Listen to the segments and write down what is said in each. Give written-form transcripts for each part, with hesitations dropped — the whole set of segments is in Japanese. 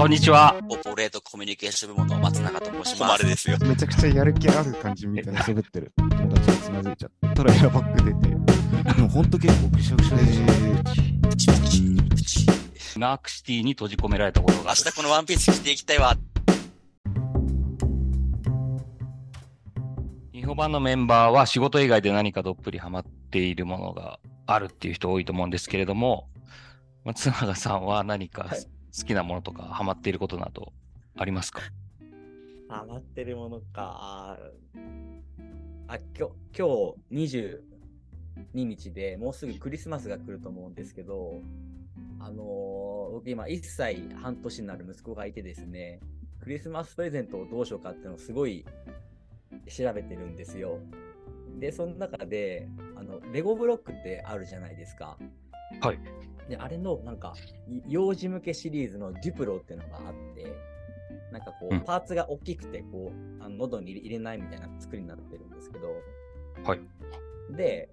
こんにちは。 コーポレートコミュニケーション部門の松永と申します。ですよ。 めちゃくちゃやる気ある感じみたいな喋ってる友達がつまずいちゃったらエアバッグ出て、でもほんと結構ぐしゃぐしゃでナークシティに閉じ込められたことがある。 明日このワンピース着ていきたいわ。 日本版のメンバーは仕事以外で何かどっぷりハマっているものがあるっていう人多いと思うんですけれども、松永さんは何か好きなものとかハマっていることなどありますか？ ハマってるものか。今日22日でもうすぐクリスマスが来ると思うんですけど、僕今1歳半年になる息子がいてですね、クリスマスプレゼントをどうしようかっていうのをすごい調べてるんですよ。で、その中でレゴブロックってあるじゃないですか。 はい。 で、あれのなんか幼児向けシリーズのデュプロっていうのがあって、なんかこう、パーツが大きくてこう喉に入れないみたいな作りになってるんですけど、 はい。 で、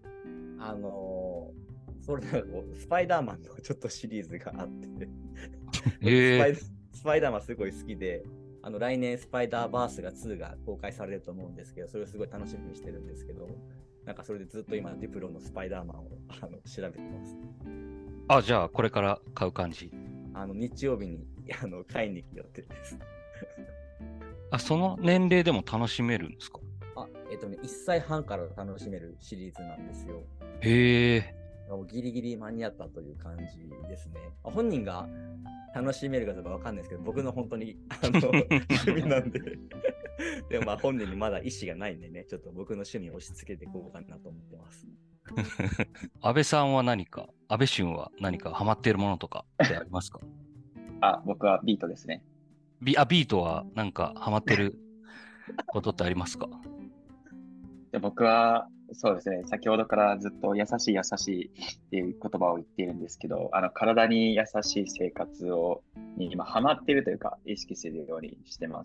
それなんかこうスパイダーマンのちょっとシリーズがあってスパイダーマンすごい好きで、来年スパイダーバースが2が公開されると思うんですけど、それをすごい楽しみにしてるんですけど、なんかそれでずっと今デュプロのスパイダーマンを調べてます。 あ、じゃあこれから買う感じ？ 日曜日に買いに行く予定です。 その年齢でも楽しめるんですか ？1歳半から楽しめるシリーズなんですよ。 へえ。 ギリギリ間に合ったという感じですね。本人が楽しめるかどうかわかんないですけど、僕の本当に趣味なんででも本人にまだ意思がないんでね、ちょっと僕の趣味を押し付けていこうかなと思ってます。 安倍さんは安倍俊は何かハマっているものとかってありますか？ 僕はビートですね。 ビートはなんかハマってることってありますか？ 僕はそうですね、先ほどからずっと優しいっていう言葉を言っているんですけど、体に優しい生活に今ハマっているというか意識するようにしてます。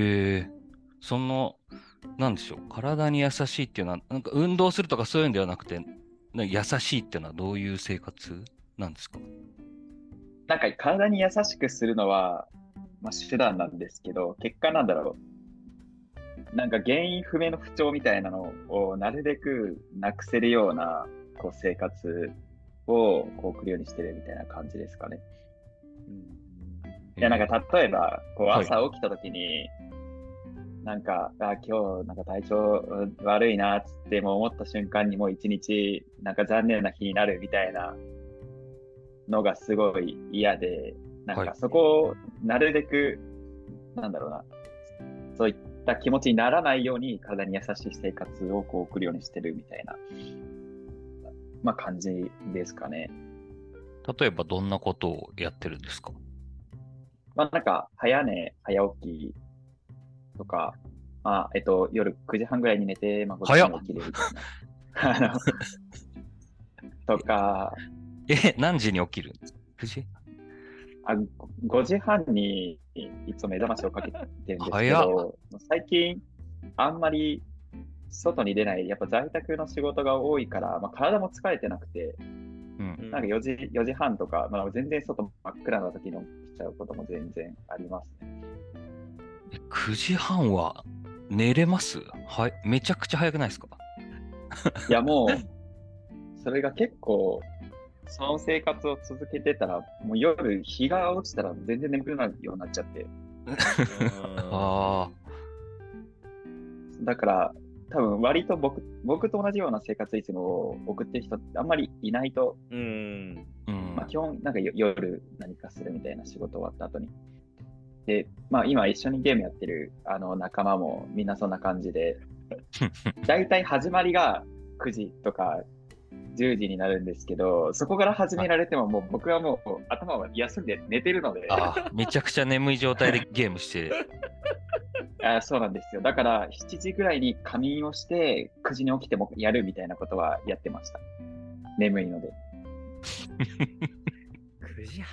なんでしょう、体に優しいっていうのはなんか運動するとかそういうんではなくて、優しいっていうのはどういう生活なんですか？ なんか体に優しくするのは、手段なんですけど、結果なんだろう。なんか原因不明の不調みたいなのをなるべくなくせるような生活を送るようにしてるみたいな感じですかね。いや、なんか例えば朝起きた時に、なんか今日なんか体調悪いなって思った瞬間にもう一日なんか残念な日になるみたいなのがすごい嫌で、なんかそこをなるべくなんだろうな、そういった気持ちにならないように体に優しい生活を送るようにしてるみたいな、感じですかね。 例えばどんなことをやってるんですか？ なんか早寝早起きとか、夜9時半ぐらいに寝て、5時に起きるみたいなとか。 何時に起きるんですか？9時 ？5時半にいつも目覚ましをかけてるんですけど、最近あんまり外に出ない、やっぱ在宅の仕事が多いから、体も疲れてなくて、なんか4時半とか、全然外真っ暗な時に起きちゃうことも全然ありますね。 9時半は寝れます？めちゃくちゃ早くないですか？ いや、もうそれが結構その生活を続けてたら、もう夜日が落ちたら全然眠くなるようになっちゃって。だから多分割と僕と同じような生活リズムを送ってる人ってあんまりいないと、基本なんか夜何かするみたいな仕事終わった後に。で、今一緒にゲームやってる仲間もみんなそんな感じで、だいたい始まりが9時とか10時になるんですけど、そこから始められてももう僕はもう頭は休んで寝てるのでめちゃくちゃ眠い状態でゲームしてそうなんですよ。だから7時ぐらいに仮眠をして9時に起きてもやるみたいなことはやってました。眠いので 9時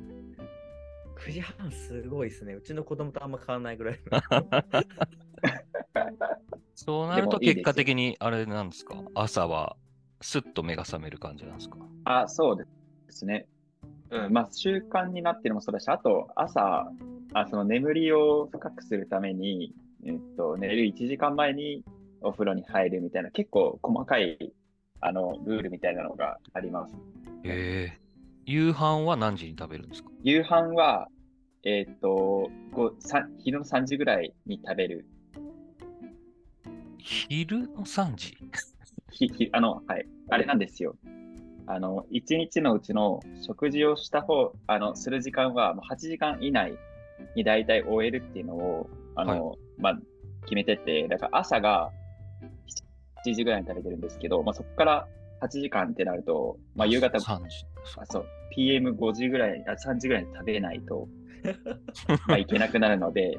半すごいですね。うちの子供とあんま変わらないぐらいそうなると結果的にあれなんですか？朝はスッと目が覚める感じなんですか？ そうですね。 まあ習慣になってるのもそうだし、あと朝、その眠りを深くするために、寝る1時間前にお風呂に入るみたいな、結構細かい、ルールみたいなのがあります。 夕飯は何時に食べるんですか？ 夕飯は、昼の3時ぐらいに食べる。 昼の3時はい。あれなんですよ。1日のうちの食事をする時間はもう8時間以内に大体終えるっていうのを、まあ、決めてて、だから朝が7時ぐらいに食べてるんですけど、まあ、そこから8時間ってなると、まあ、夕方、 3時。 そう、PM5 時ぐらい、3時ぐらいに食べないと、まあ、いけなくなるので、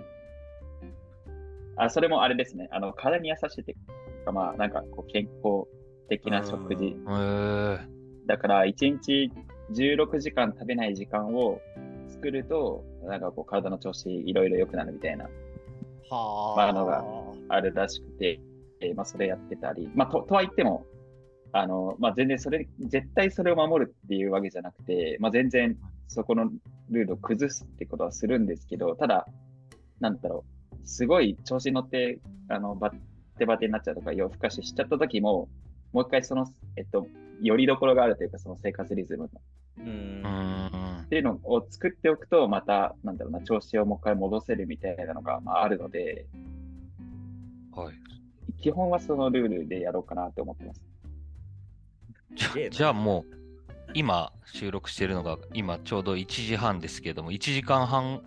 それもあれですね、体に優しいっていうか、まあ、なんかこう健康的な食事。だから、1日16時間食べない時間を作ると、なんかこう体の調子いろいろ良くなるみたいな、まあ、のがあるらしくて、まあ、それやってたり、まあ、とは言っても、まあ、全然絶対それを守るっていうわけじゃなくて、まあ、全然そこのルールを崩すってことはするんですけど、ただ、なんだろう、すごい調子に乗って、バテバテになっちゃうとか、夜更かししちゃった時も、もう一回よりどころがあるというか、その生活リズムの。っていうのを作っておくと、また、なんだろうな、調子をもう一回戻せるみたいなのが、まあ、あるので、 はい。 基本はそのルールでやろうかなと思ってます。 じゃあもう、今収録してるのが、今ちょうど1時半ですけども、1時間半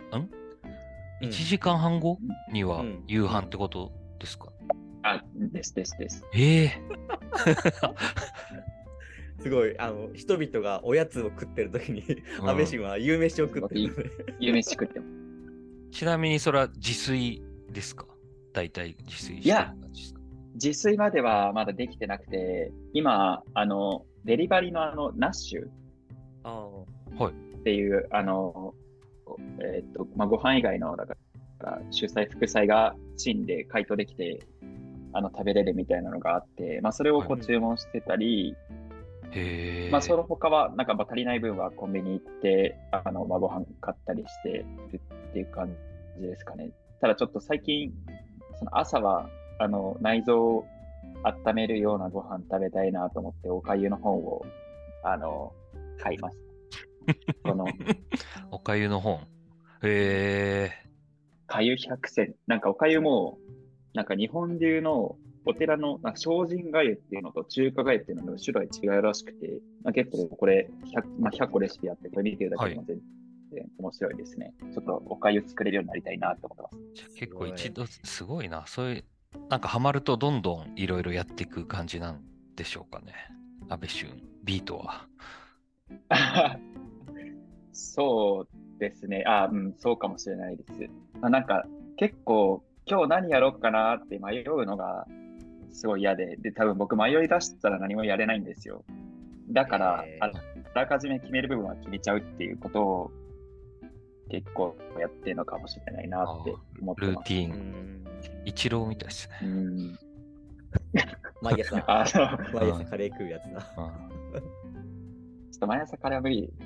後には夕飯ってことですか？ です。 すごい、人々がおやつを食ってる時に、安倍氏は夕飯を食ってる。 夕飯食っても。 ちなみにそれは自炊ですか？大体自炊してる感じですか？ 自炊まではまだできてなくて、今、デリバリーのナッシュっていう、まあ、ご飯以外の、だから主菜、副菜がチンで解凍できて、食べれるみたいなのがあって、まあ、それをこう注文してたり、まあ、その他は、なんか足りない分はコンビニ行って、まあ、ご飯買ったりしてるっていう感じですかね。ただちょっと最近、その朝は、内臓を温めるようなご飯食べたいなと思って、おかゆの本を、買いました。 おかゆの本。 かゆ百選。なんかおかゆも、なんか日本流のお寺のなんか精進がゆっていうのと中華がゆっていうのの種類違うらしくて、まあ、結構これ100個レシピあって、これ見てるだけでも全然面白いですね。ちょっとおかゆ作れるようになりたいなと思ってます。 結構一度、すごいな。そういう、なんかハマるとどんどんいろいろやっていく感じなんでしょうかね。安倍俊、ビートは。 そうですね。そうかもしれないです。なんか結構今日何やろうかなって迷うのがすごい嫌で、多分僕迷い出したら何もやれないんですよ。だから、あらかじめ決める部分は決めちゃうっていうことを結構やってるのかもしれないなって思ってます。 ルーティーン。一郎みたいですね。 毎朝カレー食うやつだ。 ちょっと毎朝カレーは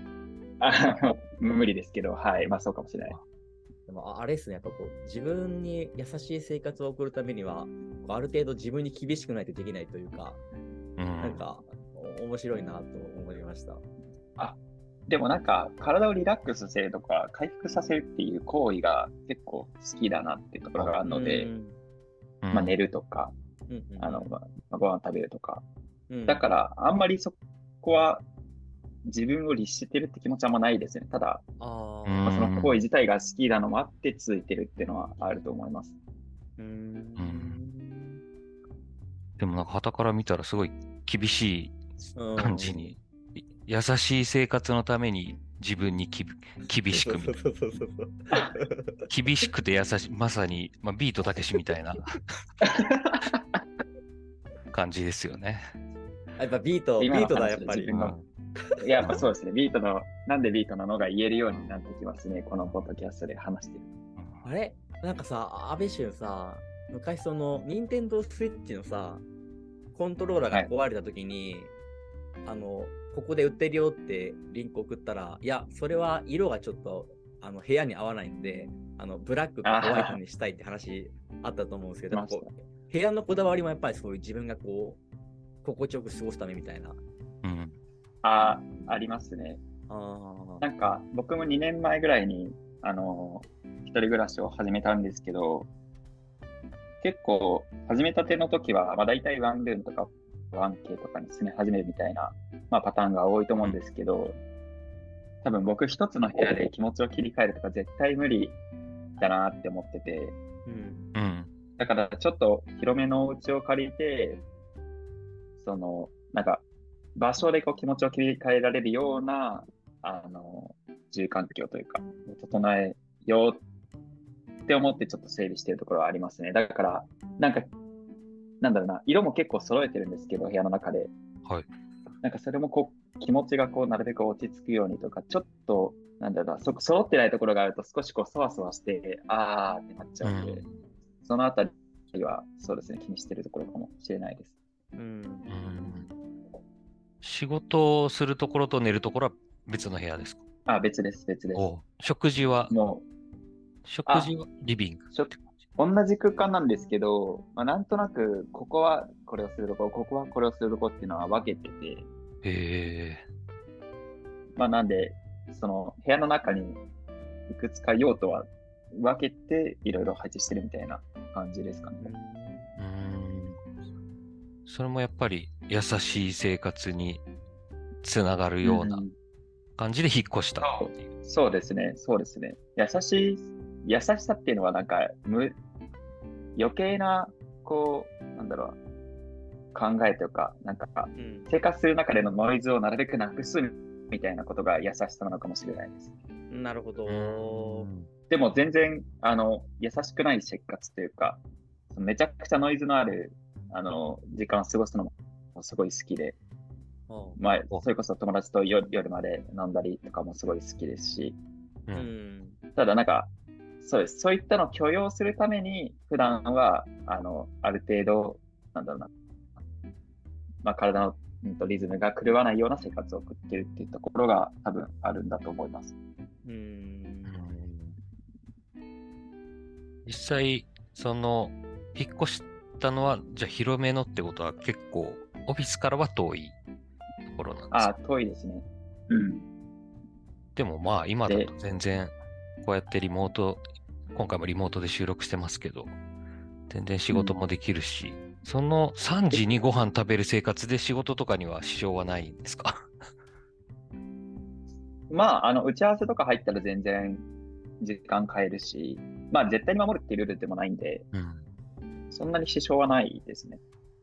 無理ですけど、はい、まあそうかもしれない。 でもあれですね、やっぱこう自分に優しい生活を送るためには、ある程度自分に厳しくないとできないというか、なんか面白いなと思いました。 でもなんか体をリラックスさせるとか回復させるっていう行為が結構好きだなっていうところがあるので、まあ寝るとか、ご飯食べるとか、だからあんまりそこは自分を律してるって気持ちはあんまないですね。ただ、その行為自体が好きなのもあって続いてるっていうのはあると思います。 でもなんか傍から見たらすごい厳しい感じに、優しい生活のために自分に厳しく厳しくて優しい、まさに、まあ、ビートたけしみたいな感じですよね。 やっぱビートだ、やっぱり。 やっぱそうですね。なんでビートなのが言えるようになってきますね。このポッドキャストで話してる。 あれなんかさ、安倍俊さ、昔その、ニンテンドースイッチのさ、コントローラーが壊れた時に、 ここで売ってるよってリンク送ったら、いや、それは色がちょっと部屋に合わないんで、ブラックかホワイトにしたいって話あったと思うんですけど、こう部屋のこだわりもやっぱりそういう自分がこう、心地よく過ごすためみたいな。 うん。 ありますね。なんか僕も2年前ぐらいに一人暮らしを始めたんですけど、結構始めたての時は、まあ、大体ワンルームとか 1K とかに住み始めるみたいな、まあ、パターンが多いと思うんですけど、多分僕一つの部屋で気持ちを切り替えるとか絶対無理だなって思ってて、 うん、 だからちょっと広めのお家を借りて、なんか場所でこう気持ちを切り替えられるような住環境というか整えようって思ってちょっと整理しているところはありますね。だからなんだろうな、色も結構揃えてるんですけど、部屋の中で、 はい、 なんかそれもこう気持ちがこうなるべく落ち着くようにとか、ちょっとなんだろうな、揃ってないところがあると少しこうそわそわしてってなっちゃうので、そのあたりはそうですね、気にしてるところかもしれないです。 仕事をするところと寝るところは別の部屋ですか？ 別です。 食事はリビング？ 同じ空間なんですけど、まあ、なんとなくここはこれをするところ、ここはこれをするところっていうのは分けてて、まあなんでその部屋の中にいくつか用途は分けていろいろ配置してるみたいな感じですかね。 それもやっぱり優しい生活につながるような感じで引っ越したっていう。 そうですね。優しさっていうのはなんか余計なこうなんだろう考えとかなんか生活する中でのノイズをなるべくなくすみたいなことが優しさなのかもしれないです。 なるほど。 でも全然優しくない生活というか、めちゃくちゃノイズのある時間を過ごすのもすごい好きで、まあそれこそ友達と夜まで飲んだりとかもすごい好きですし、ただなんかそういったのを許容するために普段はある程度なんだろうな、まあ、体のリズムが狂わないような生活を送っているっていうところが多分あるんだと思います。 実際引っ越したのはじゃあ広めのってことは結構オフィスからは遠いところなんですか？ 遠いですね。 でもまあ今だと全然こうやって今回もリモートで収録してますけど、全然仕事もできるし、その3時にご飯食べる生活で仕事とかには支障はないんですか？ まあ、打ち合わせとか入ったら全然時間変えるし、まあ絶対に守るっていうルールでもないんで、そんなに支障はないですね。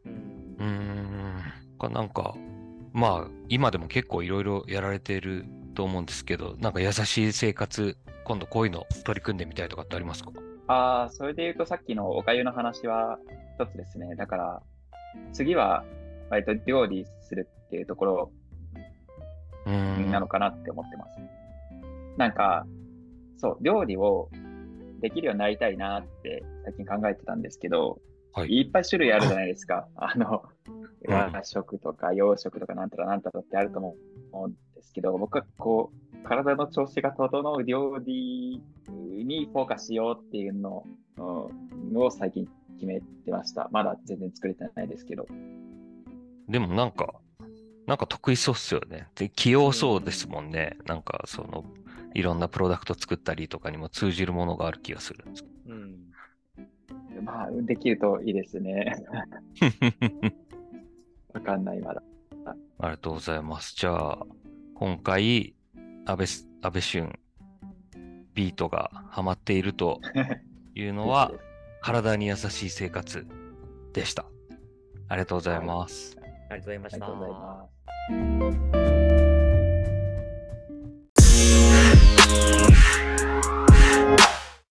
なんか、まあ今でも結構いろいろやられてると思うんですけど、なんか優しい生活、今度こういうの取り組んでみたいとかってありますか？ それで言うとさっきのお粥の話は一つですね。だから次は割と料理するっていうところなのかなって思ってます。なんか料理をできるようになりたいなって最近考えてたんですけど、いっぱい種類あるじゃないですか。和食とか洋食とかなんたらってあると思うんですけど、僕はこう体の調子が整う料理にフォーカスしようっていうのを最近決めてました。まだ全然作れてないですけど。 でもなんか得意そうっすよね。で、器用そうですもんね。なんかいろんなプロダクト作ったりとかにも通じるものがある気がするんです。 まあ、できるといいですね。わかんない、まだ。 ありがとうございます。じゃあ、今回、安倍俊ビートがハマっているというのは、体に優しい生活でした。ありがとうございます。 ありがとうございました。 ありがとうございます。